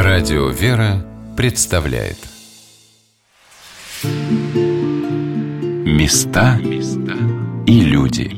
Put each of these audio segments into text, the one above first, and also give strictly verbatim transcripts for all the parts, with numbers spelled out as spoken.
Радио «Вера» представляет Места и люди.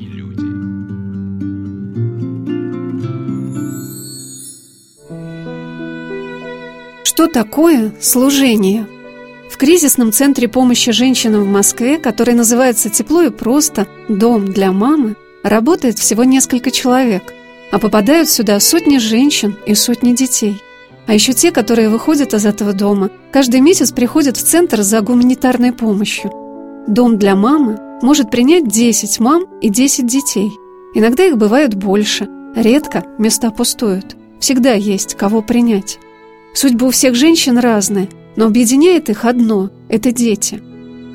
Что такое служение? В кризисном центре помощи женщинам в Москве, который называется «Тепло и просто. Дом для мамы», работает всего несколько человек, а попадают сюда сотни женщин и сотни детей. А еще те, которые выходят из этого дома, каждый месяц приходят в центр за гуманитарной помощью. Дом для мамы может принять десять мам и десять детей. Иногда их бывает больше, редко места пустуют. Всегда есть кого принять. Судьбы у всех женщин разные, но объединяет их одно – это дети.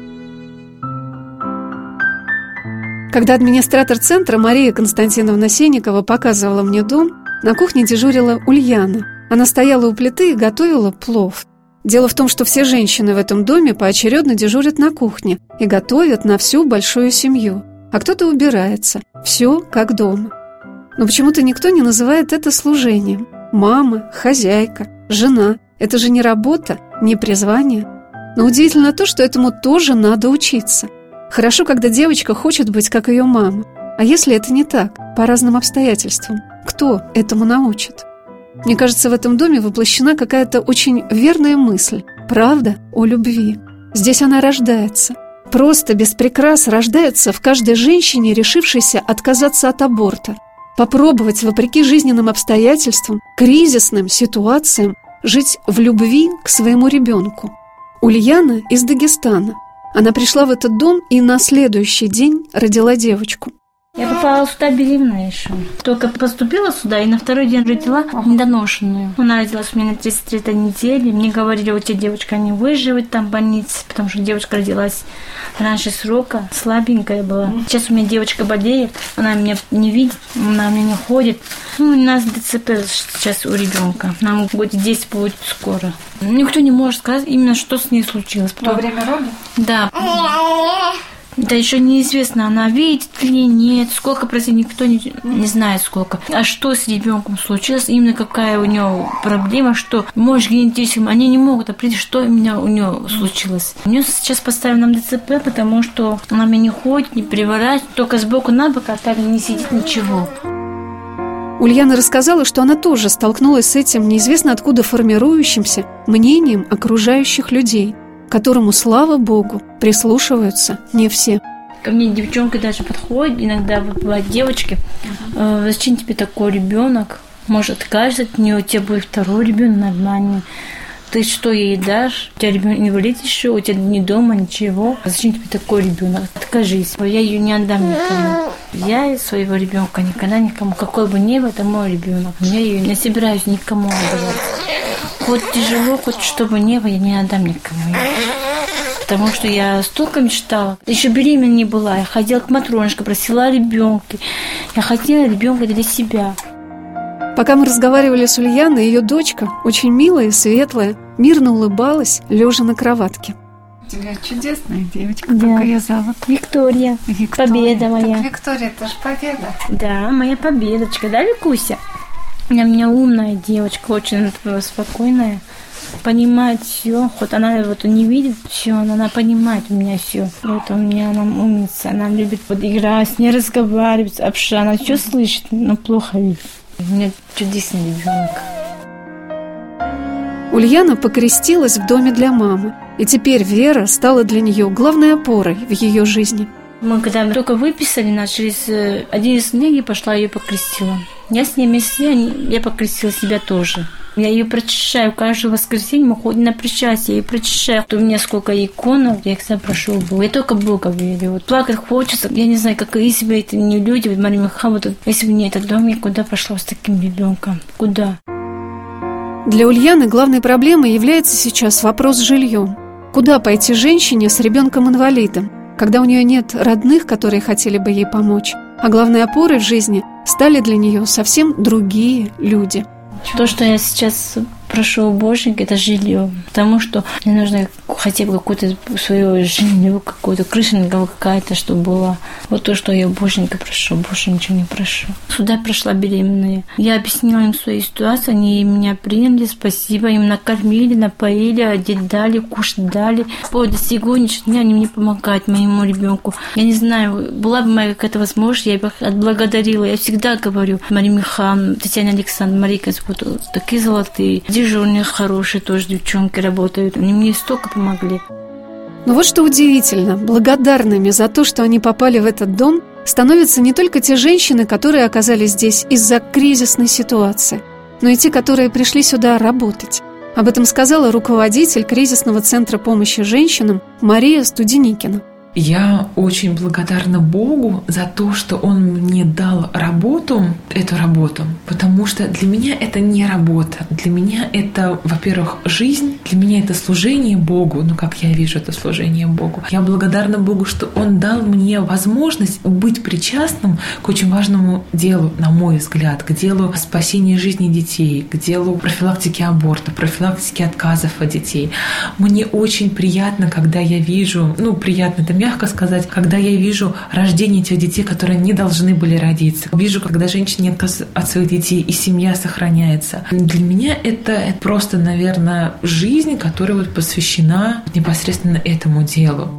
Когда администратор центра Мария Константиновна Сенникова показывала мне дом, на кухне дежурила Ульяна. Она стояла у плиты и готовила плов. Дело в том, что все женщины в этом доме поочередно дежурят на кухне и готовят на всю большую семью, а кто-то убирается. Все как дома. Но почему-то никто не называет это служением. Мама, хозяйка, жена – это же не работа, не призвание. Но удивительно то, что этому тоже надо учиться. Хорошо, когда девочка хочет быть как ее мама. А если это не так, по разным обстоятельствам, кто этому научит? Мне кажется, в этом доме воплощена какая-то очень верная мысль. Правда о любви. Здесь она рождается. Просто без прикрас рождается в каждой женщине, решившейся отказаться от аборта. Попробовать, вопреки жизненным обстоятельствам, кризисным ситуациям, жить в любви к своему ребенку. Ульяна из Дагестана. Она пришла в этот дом и на следующий день родила девочку. Я попала сюда беременная еще. Только поступила сюда и на второй день родила недоношенную. Она родилась у меня на тридцать третьей неделе. Мне говорили, у тебя девочка не выживет там в больнице, потому что девочка родилась раньше срока, слабенькая была. Сейчас у меня девочка болеет, она меня не видит, она меня не ходит. Ну, у нас ДЦП сейчас у ребенка. Нам год десять будет скоро. Никто не может сказать именно, что с ней случилось. Во время рода? Да. Да еще неизвестно, она видит или нет, сколько, прости, никто не, не знает сколько. А что с ребенком случилось, именно какая у нее проблема, что, может, генетически, они не могут определить, что именно у нее случилось. У нее сейчас поставили нам ДЦП, потому что она меня не ходит, не переворачивает, только сбоку на бок, а так не сидит ничего. Ульяна рассказала, что она тоже столкнулась с этим неизвестно откуда формирующимся мнением окружающих людей, к которому, слава Богу, прислушиваются не все. Ко мне девчонка даже подходит, иногда бывают девочки, э, зачем тебе такой ребенок? Может, откажется от нее, у тебя будет второй ребенок нормальный. Ты что ей дашь? У тебя ребенок не вылет еще, у тебя ни дома, ничего. Зачем тебе такой ребенок? Откажись. Я ее не отдам никому. Я своего ребенка никогда никому, какой бы ни был, это мой ребенок. Я ее не собираюсь никому отдавать. Хоть тяжело, хоть что бы ни было, я не отдам никому. Потому что я столько мечтала. Еще беременна не была. Я ходила к матронушке, просила о ребенке. Я хотела ребенка для себя. Пока мы разговаривали с Ульяной, ее дочка, очень милая и светлая, мирно улыбалась, лежа на кроватке. У тебя чудесная девочка. Да. Как ее зовут? Виктория. Виктория. Победа моя. Так, Виктория, это же победа. Да, моя победочка. Да, Викуся? Она у меня умная девочка, очень спокойная, понимает все. Хоть она вот не видит все, но она понимает у меня все. Вот у меня она умница, она любит вот играть, с ней разговаривать, общаться. Она все слышит, но плохо видит. У меня чудесный ребенок. Ульяна покрестилась в доме для мамы, и теперь Вера стала для нее главной опорой в ее жизни. Мы когда только выписали, нас через одиннадцать дней я пошла ее покрестила. Я с ней вместе, я покрестила себя тоже. Я ее прочищаю каждое воскресенье, мы ходим на причастие, я ее прочищаю. У меня сколько иконок, я их всегда прошу Бога. Я только Бога верю. Вот плакать хочется, я не знаю, как если бы это не люди, вот Мария Михайловна, вот, если бы не этот дом, я куда пошла с таким ребенком? Куда? Для Ульяны главной проблемой является сейчас вопрос с жильем. Куда пойти женщине с ребенком-инвалидом, когда у нее нет родных, которые хотели бы ей помочь, а главной опорой в жизни стали для нее совсем другие люди. То, что я сейчас прошу у Боженьки, это жилье, потому что мне нужно хотя бы какое-то свое жилье, какое-то крышенька какая-то, чтобы была. Вот то, что я у Боженьки прошу, больше ничего не прошу. Сюда пришла беременная. Я объяснила им свою ситуацию, они меня приняли, спасибо, им накормили, напоили, одеть дали, кушать дали. Вплоть до сегодняшнего дня они мне помогают, моему ребенку. Я не знаю, была бы моя какая-то возможность, я бы отблагодарила. Я всегда говорю, Мария Михайловна, Татьяна Александровна, Марика, вот такие золотые, дежурные хорошие тоже девчонки работают. Они мне столько помогли. Но вот что удивительно, благодарными за то, что они попали в этот дом, становятся не только те женщины, которые оказались здесь из-за кризисной ситуации, но и те, которые пришли сюда работать. Об этом сказала руководитель кризисного центра помощи женщинам Мария Студеникина. Я очень благодарна Богу за то, что Он мне дал работу, эту работу, потому что для меня это не работа. Для меня это, во-первых, жизнь, для меня это служение Богу, ну, как я вижу это служение Богу. Я благодарна Богу, что Он дал мне возможность быть причастным к очень важному делу, на мой взгляд, к делу спасения жизни детей, к делу профилактики аборта, профилактики отказов от детей. Мне очень приятно, когда я вижу, ну, приятно это мягко сказать, когда я вижу рождение этих детей, которые не должны были родиться. Вижу, когда женщины не отказывают от своих детей, и семья сохраняется. Для меня это просто, наверное, жизнь, которая вот посвящена непосредственно этому делу.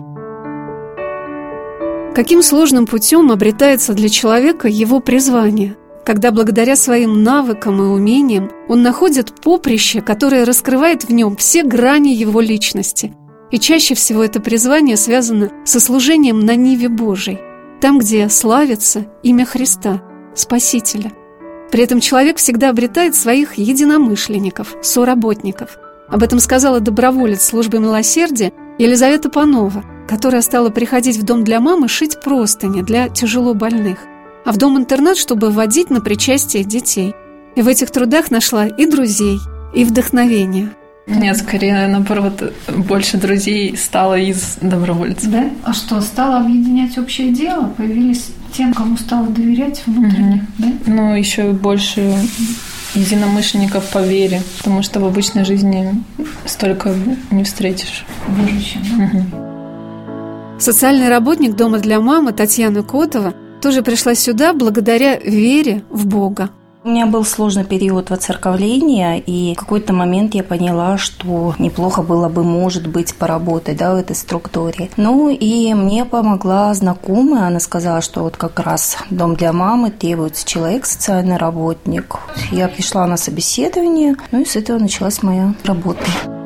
Каким сложным путем обретается для человека его призвание, когда благодаря своим навыкам и умениям он находит поприще, которое раскрывает в нем все грани его личности. И чаще всего это призвание связано со служением на ниве Божией, там, где славится имя Христа, Спасителя. При этом человек всегда обретает своих единомышленников, соработников. Об этом сказала доброволец службы милосердия Елизавета Панова, которая стала приходить в дом для мамы шить простыни для тяжело больных, а в дом-интернат, чтобы водить на причастие детей. И в этих трудах нашла и друзей, и вдохновение. Нет, скорее, наоборот, больше друзей стало из добровольцев. Да? А что, стало объединять общее дело? Появились тем, кому стало доверять внутренних, mm-hmm. да? Ну, еще больше единомышленников по вере, потому что в обычной жизни столько не встретишь. Верующим, да? Mm-hmm. Социальный работник дома для мамы Татьяна Котова тоже пришла сюда благодаря вере в Бога. У меня был сложный период воцерковления, и в какой-то момент я поняла, что неплохо было бы, может быть, поработать, да, в этой структуре. Ну и мне помогла знакомая, она сказала, что вот как раз дом для мамы требуется человек, социальный работник. Я пришла на собеседование, ну и с этого началась моя работа.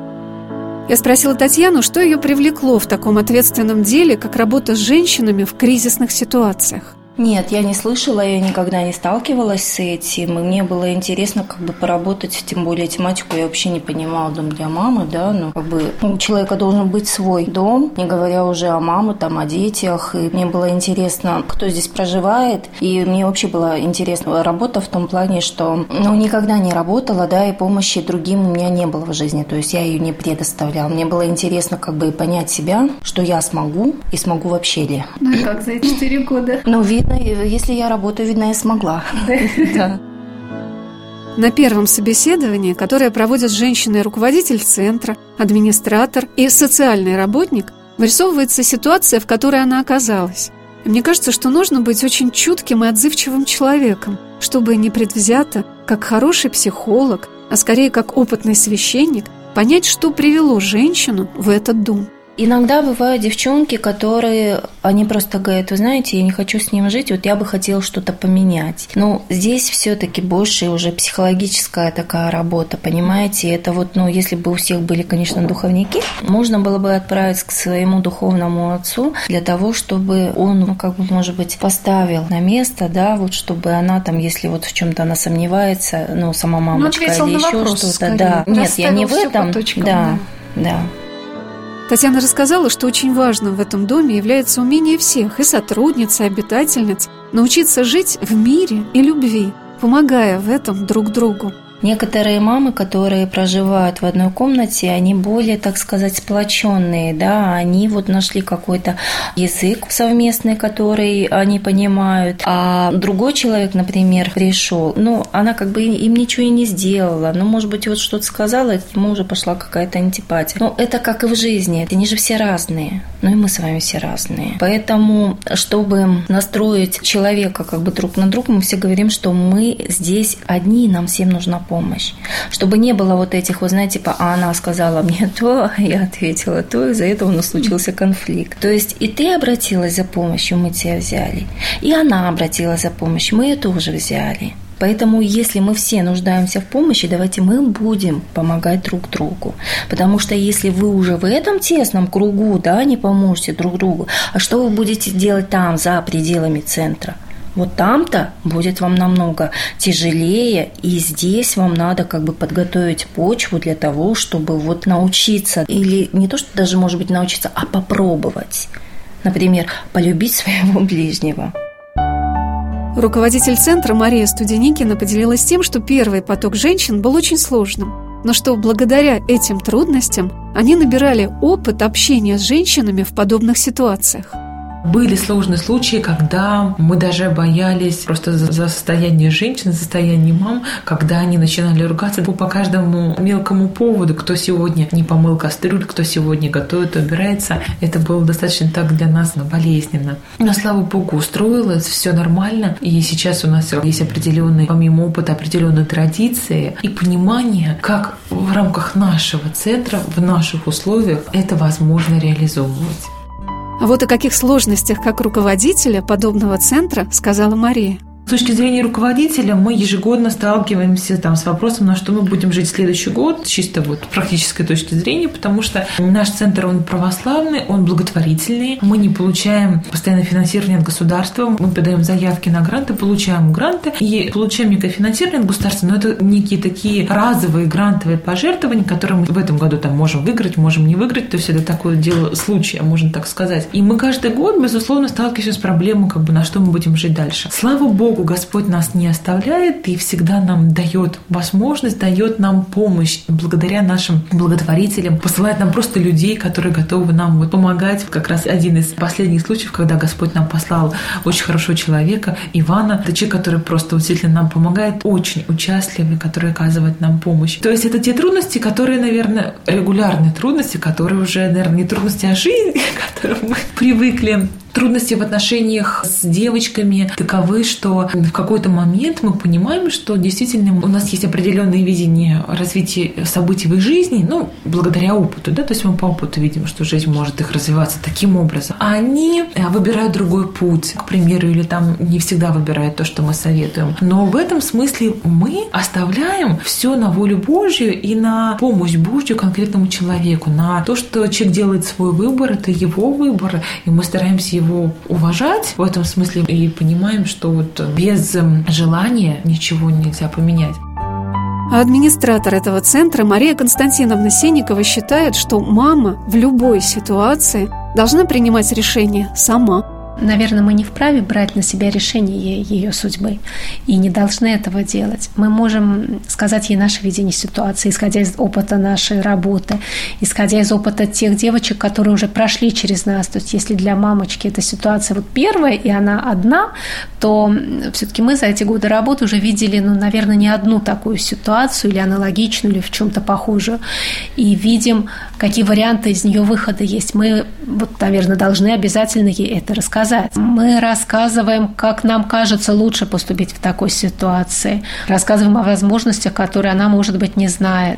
Я спросила Татьяну, что ее привлекло в таком ответственном деле, как работа с женщинами в кризисных ситуациях. Нет, я не слышала, я никогда не сталкивалась с этим, и мне было интересно как бы поработать, тем более тематику я вообще не понимала, дом для мамы, да, ну как бы у человека должен быть свой дом, не говоря уже о маме, там, о детях, и мне было интересно, кто здесь проживает, и мне вообще была интересна работа в том плане, что, ну, никогда не работала, да, и помощи другим у меня не было в жизни, то есть я ее не предоставляла, мне было интересно как бы понять себя, что я смогу, и смогу вообще ли. Ну и как за четыре года? Ну, видно, если я работаю, видно, я смогла. Да. На первом собеседовании, которое проводят женщины-руководитель центра, администратор и социальный работник, вырисовывается ситуация, в которой она оказалась. И мне кажется, что нужно быть очень чутким и отзывчивым человеком, чтобы непредвзято, как хороший психолог, а скорее как опытный священник, понять, что привело женщину в этот дом. Иногда бывают девчонки, которые, они просто говорят, вы знаете, я не хочу с ним жить, вот я бы хотела что-то поменять. Но здесь все-таки больше уже психологическая такая работа, понимаете? Это вот, ну, если бы у всех были, конечно, духовники, можно было бы отправить к своему духовному отцу для того, чтобы он, ну, как бы, может быть, поставил на место, да, вот, чтобы она там, если вот в чем-то она сомневается, ну, сама мамочка ну, или еще вопрос, что-то, скорее. да. Нет, я не в этом, точкам, да, да. да. Татьяна рассказала, что очень важным в этом доме является умение всех, и сотрудниц, и обитательниц, научиться жить в мире и любви, помогая в этом друг другу. Некоторые мамы, которые проживают в одной комнате, они более, так сказать, сплоченные, да, они вот нашли какой-то язык совместный, который они понимают, а другой человек, например, пришел, ну, она как бы им ничего и не сделала, ну, может быть, вот что-то сказала, и к нему уже пошла какая-то антипатия. Ну, это как и в жизни, они же все разные, ну, и мы с вами все разные. Поэтому, чтобы настроить человека как бы друг на друга, мы все говорим, что мы здесь одни, и нам всем нужна помощь. помощь. Чтобы не было вот этих, вы знаете, типа, а она сказала мне то, а я ответила то, из-за этого у нас случился конфликт. То есть и ты обратилась за помощью, мы тебя взяли, и она обратилась за помощью, мы ее тоже взяли. Поэтому, если мы все нуждаемся в помощи, давайте мы будем помогать друг другу. Потому что если вы уже в этом тесном кругу, да, не поможете друг другу, а что вы будете делать там, за пределами центра? Вот там-то будет вам намного тяжелее, и здесь вам надо как бы подготовить почву для того, чтобы вот научиться, или не то, что даже, может быть, научиться, а попробовать. Например, полюбить своего ближнего. Руководитель центра Мария Студеникина поделилась тем, что первый поток женщин был очень сложным, но что благодаря этим трудностям они набирали опыт общения с женщинами в подобных ситуациях. Были сложные случаи, когда мы даже боялись просто за состояние женщин, за состояние мам, когда они начинали ругаться по каждому мелкому поводу, кто сегодня не помыл кастрюлю, кто сегодня готовит, убирается. Это было достаточно так для нас болезненно. Но, слава богу, устроилось, все нормально. И сейчас у нас есть определенные, помимо опыта, определенные традиции и понимание, как в рамках нашего центра, в наших условиях это возможно реализовывать. А вот о каких сложностях как руководителя подобного центра сказала Мария. С точки зрения руководителя мы ежегодно сталкиваемся там, с вопросом, на что мы будем жить следующий год, чисто вот практической точки зрения, потому что наш центр, он православный, он благотворительный, мы не получаем постоянное финансирование от государства, мы подаем заявки на гранты, получаем гранты и получаем некое финансирование от государства, но это некие такие разовые грантовые пожертвования, которые мы в этом году там можем выиграть, можем не выиграть, то есть это такое дело случая, можно так сказать. И мы каждый год, безусловно, сталкиваемся с проблемой, как бы, на что мы будем жить дальше. Слава Богу, Господь нас не оставляет и всегда нам дает возможность, дает нам помощь. Благодаря нашим благотворителям посылает нам просто людей, которые готовы нам вот помогать. Как раз один из последних случаев, когда Господь нам послал очень хорошего человека, Ивана, это человек, который просто действительно нам помогает, очень участливый, который оказывает нам помощь. То есть это те трудности, которые, наверное, регулярные трудности, которые уже, наверное, не трудности, а жизнь, к которым мы привыкли. Трудности в отношениях с девочками таковы, что в какой-то момент мы понимаем, что действительно у нас есть определенное видение развития событий в их жизни, ну, благодаря опыту, да, то есть мы по опыту видим, что жизнь может их развиваться таким образом. А они выбирают другой путь, к примеру, или там не всегда выбирают то, что мы советуем. Но в этом смысле мы оставляем все на волю Божью и на помощь Божью конкретному человеку, на то, что человек делает свой выбор, это его выбор, и мы стараемся его его уважать в этом смысле и понимаем, что вот без желания ничего нельзя поменять. А администратор этого центра Мария Константиновна Сенникова считает, что мама в любой ситуации должна принимать решение сама. Наверное, мы не вправе брать на себя решение ее судьбы и не должны этого делать. Мы можем сказать ей наше видение ситуации, исходя из опыта нашей работы, исходя из опыта тех девочек, которые уже прошли через нас. То есть если для мамочки эта ситуация вот первая, и она одна, то все-таки мы за эти годы работы уже видели, ну, наверное, не одну такую ситуацию или аналогичную, или в чем-то похожую, и видим, какие варианты из нее выхода есть. Мы, вот, наверное, должны обязательно ей это рассказать. Мы рассказываем, как нам кажется лучше поступить в такой ситуации. Рассказываем о возможностях, которые она, может быть, не знает.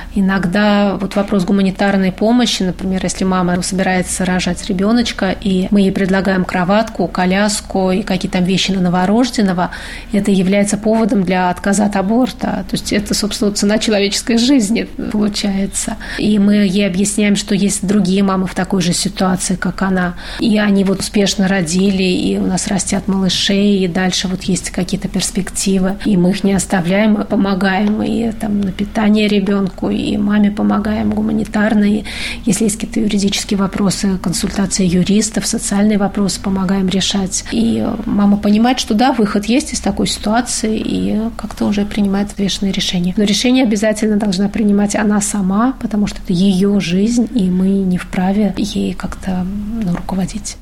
Иногда вот вопрос гуманитарной помощи, например, если мама собирается рожать ребеночка, и мы ей предлагаем кроватку, коляску и какие-то там вещи на новорожденного, это является поводом для отказа от аборта. То есть это, собственно, цена человеческой жизни получается. И мы ей объясняем, что есть другие мамы в такой же ситуации, ситуации, как она. И они вот успешно родили, и у нас растят малышей, и дальше вот есть какие-то перспективы. И мы их не оставляем, а помогаем и там на питание ребенку, и маме помогаем гуманитарно. И если есть какие-то юридические вопросы, консультации юристов, социальные вопросы помогаем решать. И мама понимает, что да, выход есть из такой ситуации, и как-то уже принимает взвешенные решения. Но решение обязательно должна принимать она сама, потому что это ее жизнь, и мы не вправе ей как-то ну, руководить.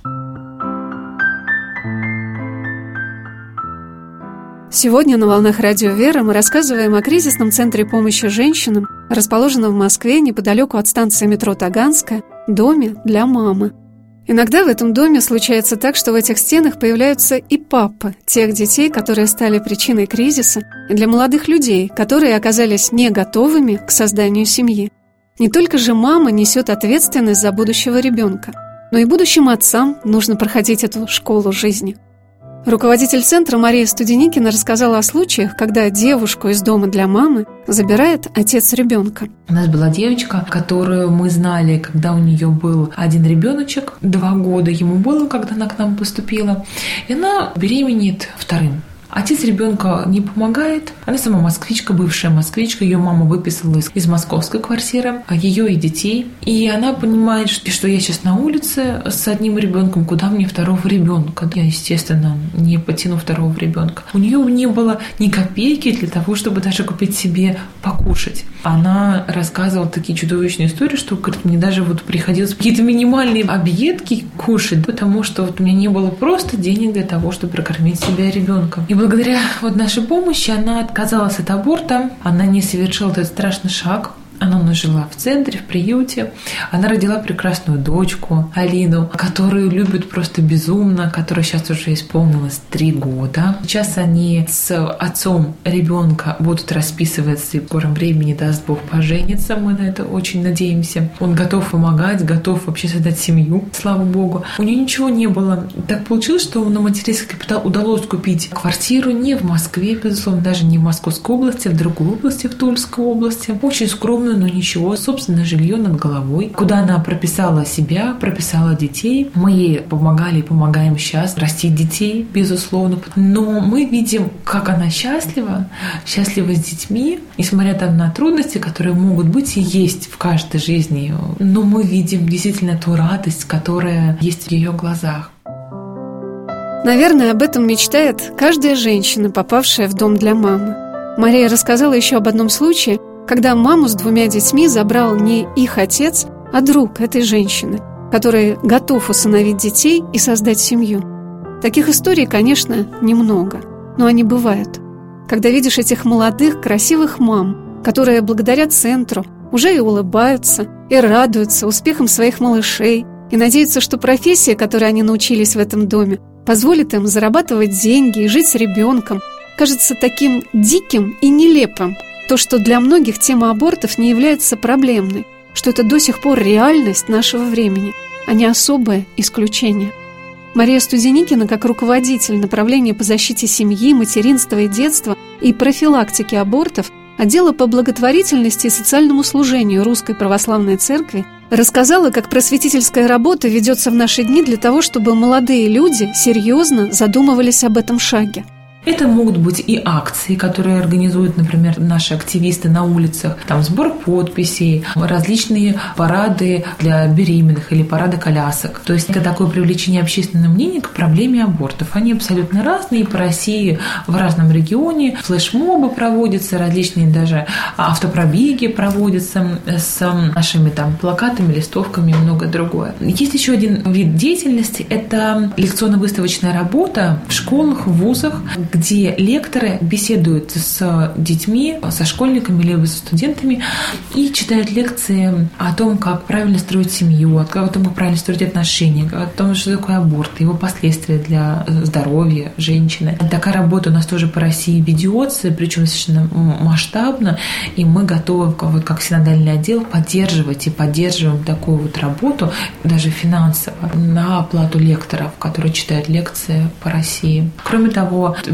Сегодня на «Волнах Радио Вера» мы рассказываем о кризисном центре помощи женщинам, расположенном в Москве неподалеку от станции метро Таганская, доме для мамы. Иногда в этом доме случается так, что в этих стенах появляются и папы тех детей, которые стали причиной кризиса, и для молодых людей, которые оказались не готовыми к созданию семьи. Не только же мама несет ответственность за будущего ребенка, но и будущим отцам нужно проходить эту школу жизни. Руководитель центра Мария Студеникина рассказала о случаях, когда девушку из дома для мамы забирает отец ребенка. У нас была девочка, которую мы знали, когда у нее был один ребеночек, два года ему было, когда она к нам поступила, и она беременеет вторым. Отец ребенка не помогает. Она сама москвичка, бывшая москвичка. Ее мама выписала из, из московской квартиры, ее и детей. И она понимает, что, что я сейчас на улице с одним ребенком, куда мне второго ребенка? Я, естественно, не потяну второго ребенка. У нее не было ни копейки для того, чтобы даже купить себе покушать. Она рассказывала такие чудовищные истории, что говорит, мне даже вот приходилось какие-то минимальные объедки кушать, потому что вот у меня не было просто денег для того, чтобы прокормить себя и ребенка. И благодаря вот нашей помощи она отказалась от аборта, она не совершила этот страшный шаг. Она у нас жила в центре, в приюте. Она родила прекрасную дочку Алину, которую любят просто безумно, которой сейчас уже исполнилось три года. Сейчас они с отцом ребенка будут расписываться и в скором времени, даст Бог, пожениться. Мы на это очень надеемся. Он готов помогать, готов вообще создать семью, слава Богу. У нее ничего не было. Так получилось, что на материнский капитал удалось купить квартиру не в Москве, безусловно, даже не в Московской области, а в другой области, в Тульской области. Очень скромную, но ничего, собственно, жилье над головой, куда она прописала себя, прописала детей. Мы ей помогали и помогаем сейчас растить детей, безусловно. Но мы видим, как она счастлива, счастлива с детьми, несмотря там на трудности, которые могут быть и есть в каждой жизни. Но мы видим действительно ту радость, которая есть в ее глазах. Наверное, об этом мечтает каждая женщина, попавшая в дом для мамы. Мария рассказала еще об одном случае, когда маму с двумя детьми забрал не их отец, а друг этой женщины, который готов усыновить детей и создать семью. Таких историй, конечно, немного, но они бывают. Когда видишь этих молодых, красивых мам, которые благодаря центру уже и улыбаются, и радуются успехам своих малышей, и надеются, что профессия, которой они научились в этом доме, позволит им зарабатывать деньги и жить с ребенком, кажется таким диким и нелепым. То, что для многих тема абортов не является проблемной, что это до сих пор реальность нашего времени, а не особое исключение. Мария Студеникина, как руководитель направления по защите семьи, материнства и детства и профилактике абортов отдела по благотворительности и социальному служению Русской Православной Церкви, рассказала, как просветительская работа ведется в наши дни для того, чтобы молодые люди серьезно задумывались об этом шаге. Это могут быть и акции, которые организуют, например, наши активисты на улицах, там сбор подписей, различные парады для беременных или парады колясок. То есть это такое привлечение общественного мнения к проблеме абортов. Они абсолютно разные по России, в разном регионе. Флешмобы проводятся, различные даже автопробеги проводятся с нашими там плакатами, листовками и многое другое. Есть еще один вид деятельности – это лекционно-выставочная работа в школах, в вузах, где лекторы беседуют с детьми, со школьниками либо со студентами и читают лекции о том, как правильно строить семью, о том, как правильно строить отношения, о том, что такое аборт, его последствия для здоровья женщины. Такая работа у нас тоже по России ведется, причем достаточно масштабно, и мы готовы, вот как синодальный отдел, поддерживать и поддерживаем такую вот работу, даже финансово, на оплату лекторов, которые читают лекции по России. Кроме того,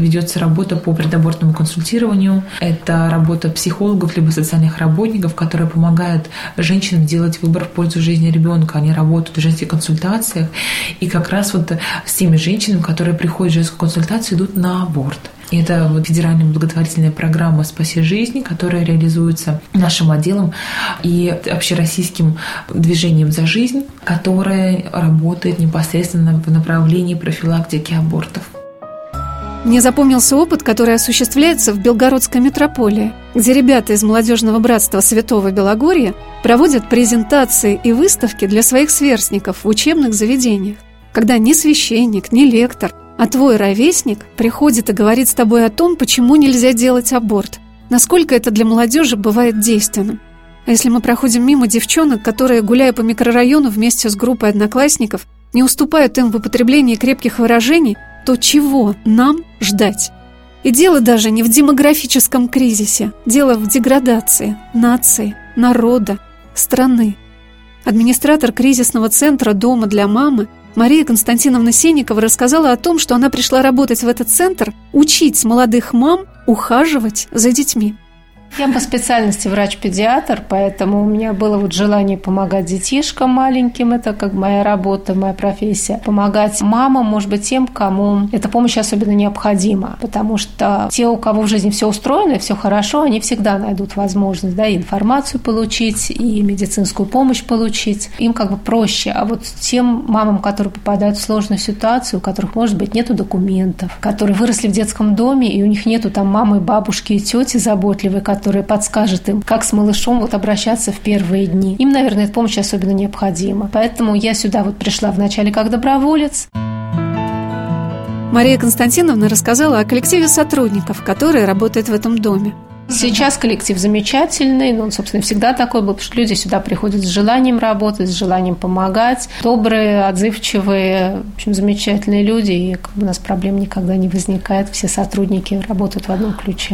ведется работа по предабортному консультированию. Это работа психологов либо социальных работников, которые помогают женщинам делать выбор в пользу жизни ребенка. Они работают в женских консультациях. И как раз вот с теми женщинами, которые приходят в женскую консультацию, идут на аборт. И это вот федеральная благотворительная программа «Спаси жизни», которая реализуется нашим отделом и общероссийским движением «За жизнь», которое работает непосредственно в направлении профилактики абортов. Мне запомнился опыт, который осуществляется в Белгородской метрополии, где ребята из молодежного братства Святого Белогорья проводят презентации и выставки для своих сверстников в учебных заведениях, когда ни священник, ни лектор, а твой ровесник приходит и говорит с тобой о том, почему нельзя делать аборт, насколько это для молодежи бывает действенным. А если мы проходим мимо девчонок, которые, гуляя по микрорайону вместе с группой одноклассников, не уступают им в употреблении крепких выражений, то чего нам ждать? И дело даже не в демографическом кризисе, дело в деградации нации, народа, страны. Администратор кризисного центра «Дома для мамы» Мария Константиновна Сенникова рассказала о том, что она пришла работать в этот центр, учить молодых мам ухаживать за детьми. Я по специальности врач-педиатр, поэтому у меня было вот желание помогать детишкам маленьким, это как моя работа, моя профессия. Помогать мамам, может быть, тем, кому эта помощь особенно необходима, потому что те, у кого в жизни все устроено, все хорошо, они всегда найдут возможность, да, и информацию получить, и медицинскую помощь получить. Им как бы проще. А вот тем мамам, которые попадают в сложную ситуацию, у которых, может быть, нету документов, которые выросли в детском доме, и у них нету там мамы, бабушки и тети заботливые, которая подскажет им, как с малышом вот обращаться в первые дни. Им, наверное, эта помощь особенно необходима. Поэтому я сюда вот пришла вначале как доброволец. Мария Константиновна рассказала о коллективе сотрудников, которые работают в этом доме. Сейчас коллектив замечательный, но он, собственно, всегда такой был, потому что люди сюда приходят с желанием работать, с желанием помогать. Добрые, отзывчивые, в общем, замечательные люди, и как бы у нас проблем никогда не возникает. Все сотрудники работают в одном ключе.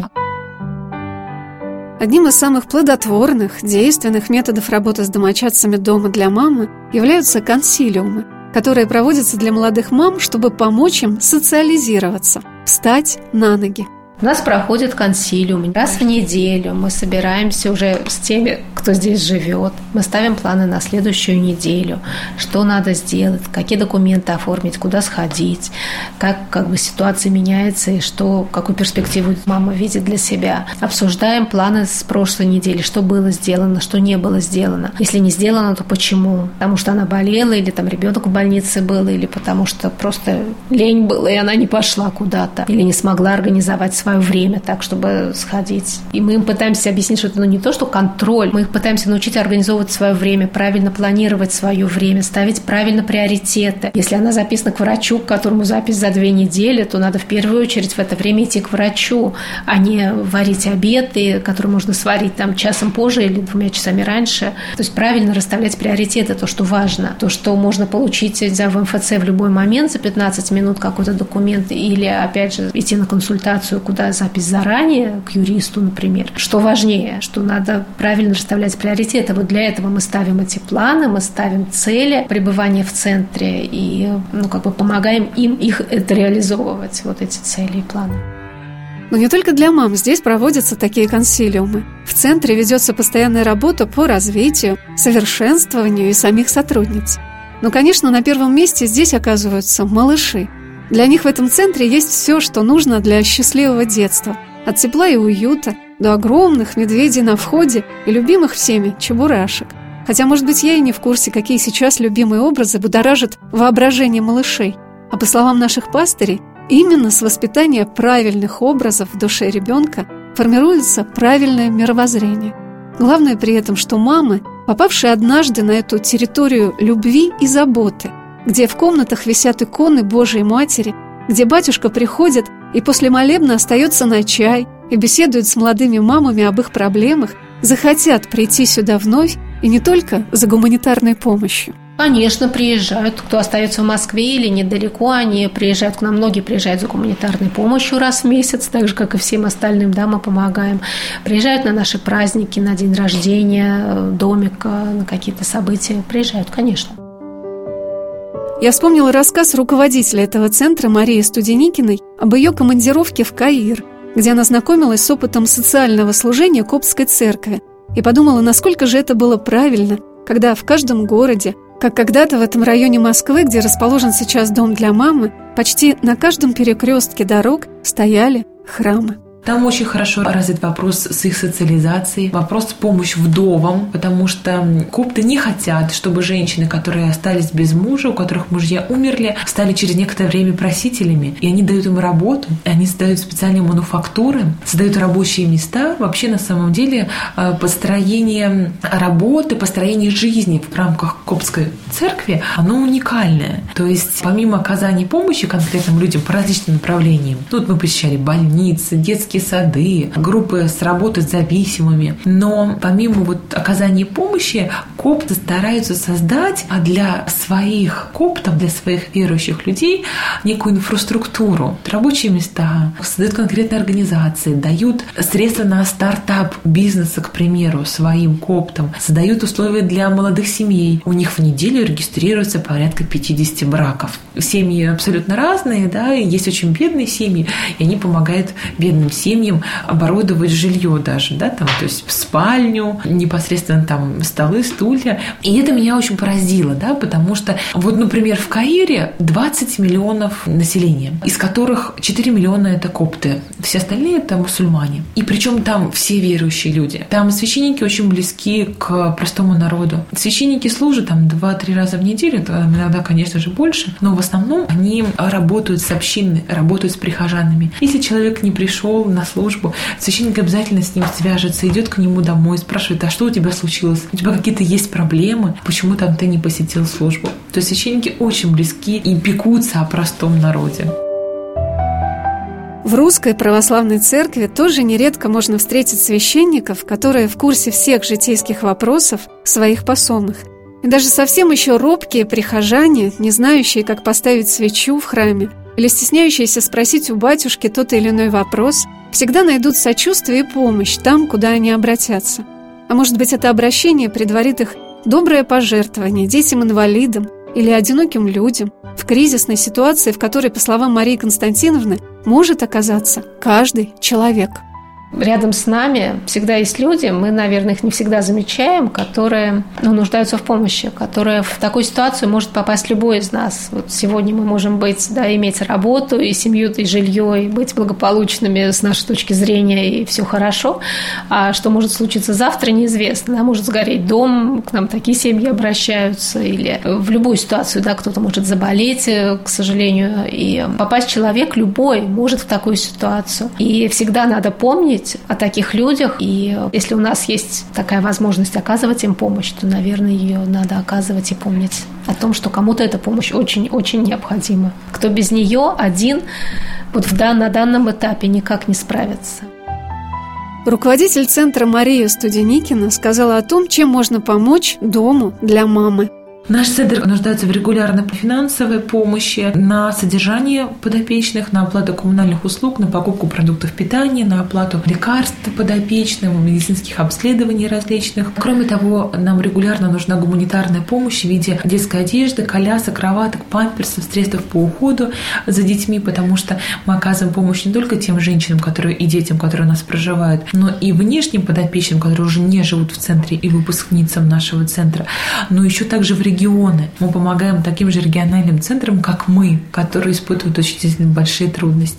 Одним из самых плодотворных, действенных методов работы с домочадцами «Дома для мамы» являются консилиумы, которые проводятся для молодых мам, чтобы помочь им социализироваться, встать на ноги. У нас проходит консилиум раз в неделю. Мы собираемся уже с теми, кто здесь живет. Мы ставим планы на следующую неделю. Что надо сделать, какие документы оформить, куда сходить, как, как бы ситуация меняется и что, какую перспективу мама видит для себя. Обсуждаем планы с прошлой недели, что было сделано, что не было сделано. Если не сделано, то почему? Потому что она болела, или там ребенок в больнице был, или потому что просто лень была, и она не пошла куда-то, или не смогла организовать свое время так, чтобы сходить. И мы им пытаемся объяснить, что это ну, не то, что контроль. Мы их пытаемся научить организовывать свое время, правильно планировать свое время, ставить правильно приоритеты. Если она записана к врачу, к которому запись за две недели, то надо в первую очередь в это время идти к врачу, а не варить обеды, которые можно сварить там часом позже или двумя часами раньше. То есть правильно расставлять приоритеты, то, что важно. То, что можно получить за в эм эф цэ в любой момент за пятнадцать минут какой-то документ или, опять же, идти на консультацию, куда запись заранее, к юристу, например. Что важнее, что надо правильно расставлять приоритеты. Вот для этого мы ставим эти планы, мы ставим цели пребывания в центре и ну, как бы помогаем им их это реализовывать, вот эти цели и планы. Но не только для мам здесь проводятся такие консилиумы. В центре ведется постоянная работа по развитию, совершенствованию и самих сотрудниц. Но, конечно, на первом месте здесь оказываются малыши. Для них в этом центре есть все, что нужно для счастливого детства. От тепла и уюта до огромных медведей на входе и любимых всеми чебурашек. Хотя, может быть, я и не в курсе, какие сейчас любимые образы будоражат воображение малышей. А по словам наших пастырей, именно с воспитания правильных образов в душе ребенка формируется правильное мировоззрение. Главное при этом, что мамы, попавшие однажды на эту территорию любви и заботы, где в комнатах висят иконы Божией Матери, где батюшка приходит и после молебна остается на чай и беседует с молодыми мамами об их проблемах, захотят прийти сюда вновь и не только за гуманитарной помощью. Конечно, приезжают. Кто остается в Москве или недалеко, они приезжают к нам. Многие приезжают за гуманитарной помощью раз в месяц, так же, как и всем остальным, да, мы помогаем. Приезжают на наши праздники, на день рождения, домика, на какие-то события. Приезжают, конечно. я вспомнила рассказ руководителя этого центра Марии Студеникиной об ее командировке в Каир, где она знакомилась с опытом социального служения коптской церкви, и подумала, насколько же это было правильно, когда в каждом городе, как когда-то в этом районе Москвы, где расположен сейчас дом для мамы, почти на каждом перекрестке дорог стояли храмы. Там очень хорошо развит вопрос с их социализацией, вопрос помощи вдовам, потому что копты не хотят, чтобы женщины, которые остались без мужа, у которых мужья умерли, стали через некоторое время просителями. И они дают им работу, они создают специальные мануфактуры, создают рабочие места. Вообще, на самом деле, построение работы, построение жизни в рамках коптской церкви, оно уникальное. То есть, помимо оказания помощи конкретным людям по различным направлениям, тут мы посещали больницы, детские сады, группы с работой с зависимыми. Но помимо вот оказания помощи, копты стараются создать для своих коптов, для своих верующих людей некую инфраструктуру, рабочие места, создают конкретные организации, дают средства на стартап бизнеса, к примеру, своим коптам, создают условия для молодых семей. У них в неделю регистрируется порядка пятьдесят браков. Семьи абсолютно разные, да, и есть очень бедные семьи, и они помогают бедным семьям семьям оборудовать жилье даже, да, там, то есть спальню, непосредственно там столы, стулья. И это меня очень поразило, да, потому что вот, например, в Каире двадцать миллионов населения, из которых четыре миллиона это копты, все остальные это мусульмане. И причем там все верующие люди. Там священники очень близки к простому народу. Священники служат там два-три раза в неделю, иногда, конечно же, больше, но в основном они работают с общиной, работают с прихожанами. Если человек не пришел на службу, священник обязательно с ним свяжется, идет к нему домой, спрашивает, а что у тебя случилось? У тебя какие-то есть проблемы? Почему там ты не посетил службу? То есть священники очень близки и пекутся о простом народе. В русской православной церкви тоже нередко можно встретить священников, которые в курсе всех житейских вопросов своих посомных. И даже совсем еще робкие прихожане, не знающие, как поставить свечу в храме, или стесняющиеся спросить у батюшки тот или иной вопрос, всегда найдут сочувствие и помощь там, куда они обратятся. А может быть, это обращение предварит их доброе пожертвование детям-инвалидам или одиноким людям в кризисной ситуации, в которой, по словам Марии Константиновны, может оказаться каждый человек. Рядом с нами всегда есть люди, мы, наверное, их не всегда замечаем, которые ну, нуждаются в помощи, которые в такую ситуацию может попасть любой из нас. Вот сегодня мы можем быть, да, иметь работу, и семью, и жилье, и быть благополучными с нашей точки зрения, и все хорошо. А что может случиться завтра, неизвестно. Да, может сгореть дом, к нам такие семьи обращаются, или в любую ситуацию, да, кто-то может заболеть, к сожалению, и попасть человек любой может в такую ситуацию. И всегда надо помнить о таких людях, и если у нас есть такая возможность оказывать им помощь, то, наверное, ее надо оказывать и помнить о том, что кому-то эта помощь очень-очень необходима. Кто без нее один вот в дан- на данном этапе никак не справится. Руководитель центра Мария Студеникина сказала о том, чем можно помочь дому для мамы. Наш центр нуждается в регулярной финансовой помощи на содержание подопечных, на оплату коммунальных услуг, на покупку продуктов питания, на оплату лекарств подопечным, медицинских обследований различных. Кроме того, нам регулярно нужна гуманитарная помощь в виде детской одежды, колясок, кроваток, памперсов, средств по уходу за детьми, потому что мы оказываем помощь не только тем женщинам, которые и детям, которые у нас проживают, но и внешним подопечным, которые уже не живут в центре, и выпускницам нашего центра, но еще также в регионе. Регионы. Мы помогаем таким же региональным центрам, как мы, которые испытывают очень большие трудности.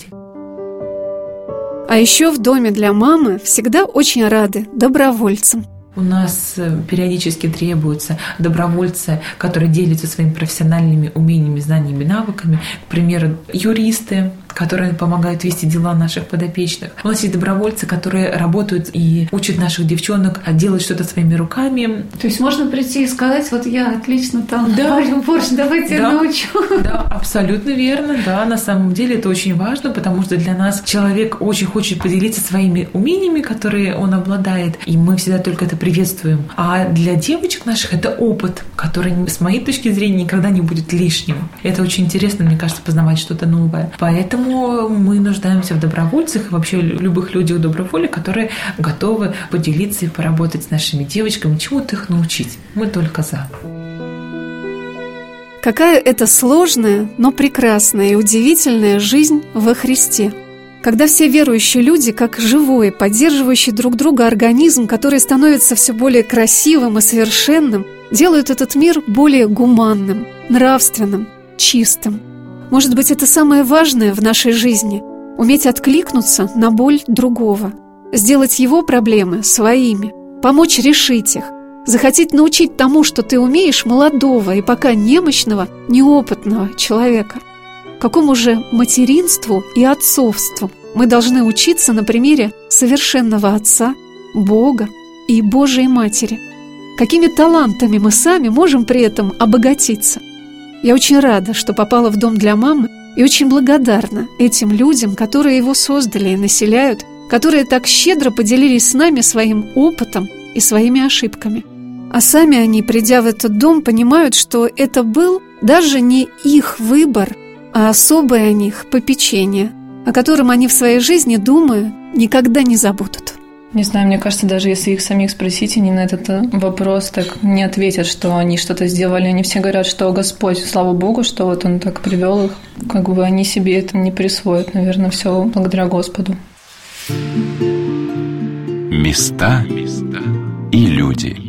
А еще в доме для мамы всегда очень рады добровольцам. У нас периодически требуются добровольцы, которые делятся своими профессиональными умениями, знаниями, навыками. К примеру, юристы, которые помогают вести дела наших подопечных. У нас есть добровольцы, которые работают и учат наших девчонок делать что-то своими руками. То есть можно прийти и сказать, вот я отлично там да. варю борщ, давайте да. я научу. Да, абсолютно верно. Да, на самом деле это очень важно, потому что для нас человек очень хочет поделиться своими умениями, которые он обладает, и мы всегда только это приветствуем. А для девочек наших это опыт, который, с моей точки зрения, никогда не будет лишним. Это очень интересно, мне кажется, познавать что-то новое. Поэтому мы нуждаемся в добровольцах и вообще любых людях доброй воли, которые готовы поделиться и поработать с нашими девочками, чему-то их научить. Мы только за. Какая это сложная, но прекрасная и удивительная жизнь во Христе. Когда все верующие люди, как живой, поддерживающий друг друга организм, который становится все более красивым и совершенным, делают этот мир более гуманным, нравственным, чистым. Может быть, это самое важное в нашей жизни – уметь откликнуться на боль другого, сделать его проблемы своими, помочь решить их, захотеть научить тому, что ты умеешь, молодого и пока немощного, неопытного человека. Какому же материнству и отцовству мы должны учиться на примере совершенного Отца, Бога и Божией Матери? Какими талантами мы сами можем при этом обогатиться? Я очень рада, что попала в дом для мамы, и очень благодарна этим людям, которые его создали и населяют, которые так щедро поделились с нами своим опытом и своими ошибками. А сами они, придя в этот дом, понимают, что это был даже не их выбор, а особое о них попечение, о котором они в своей жизни, думаю, никогда не забудут. Не знаю, мне кажется, даже если их самих спросить, они на этот вопрос так не ответят, что они что-то сделали. Они все говорят, что Господь, слава Богу, что вот Он так привел их. Как бы они себе это не присвоят. Наверное, все благодаря Господу. Места и люди.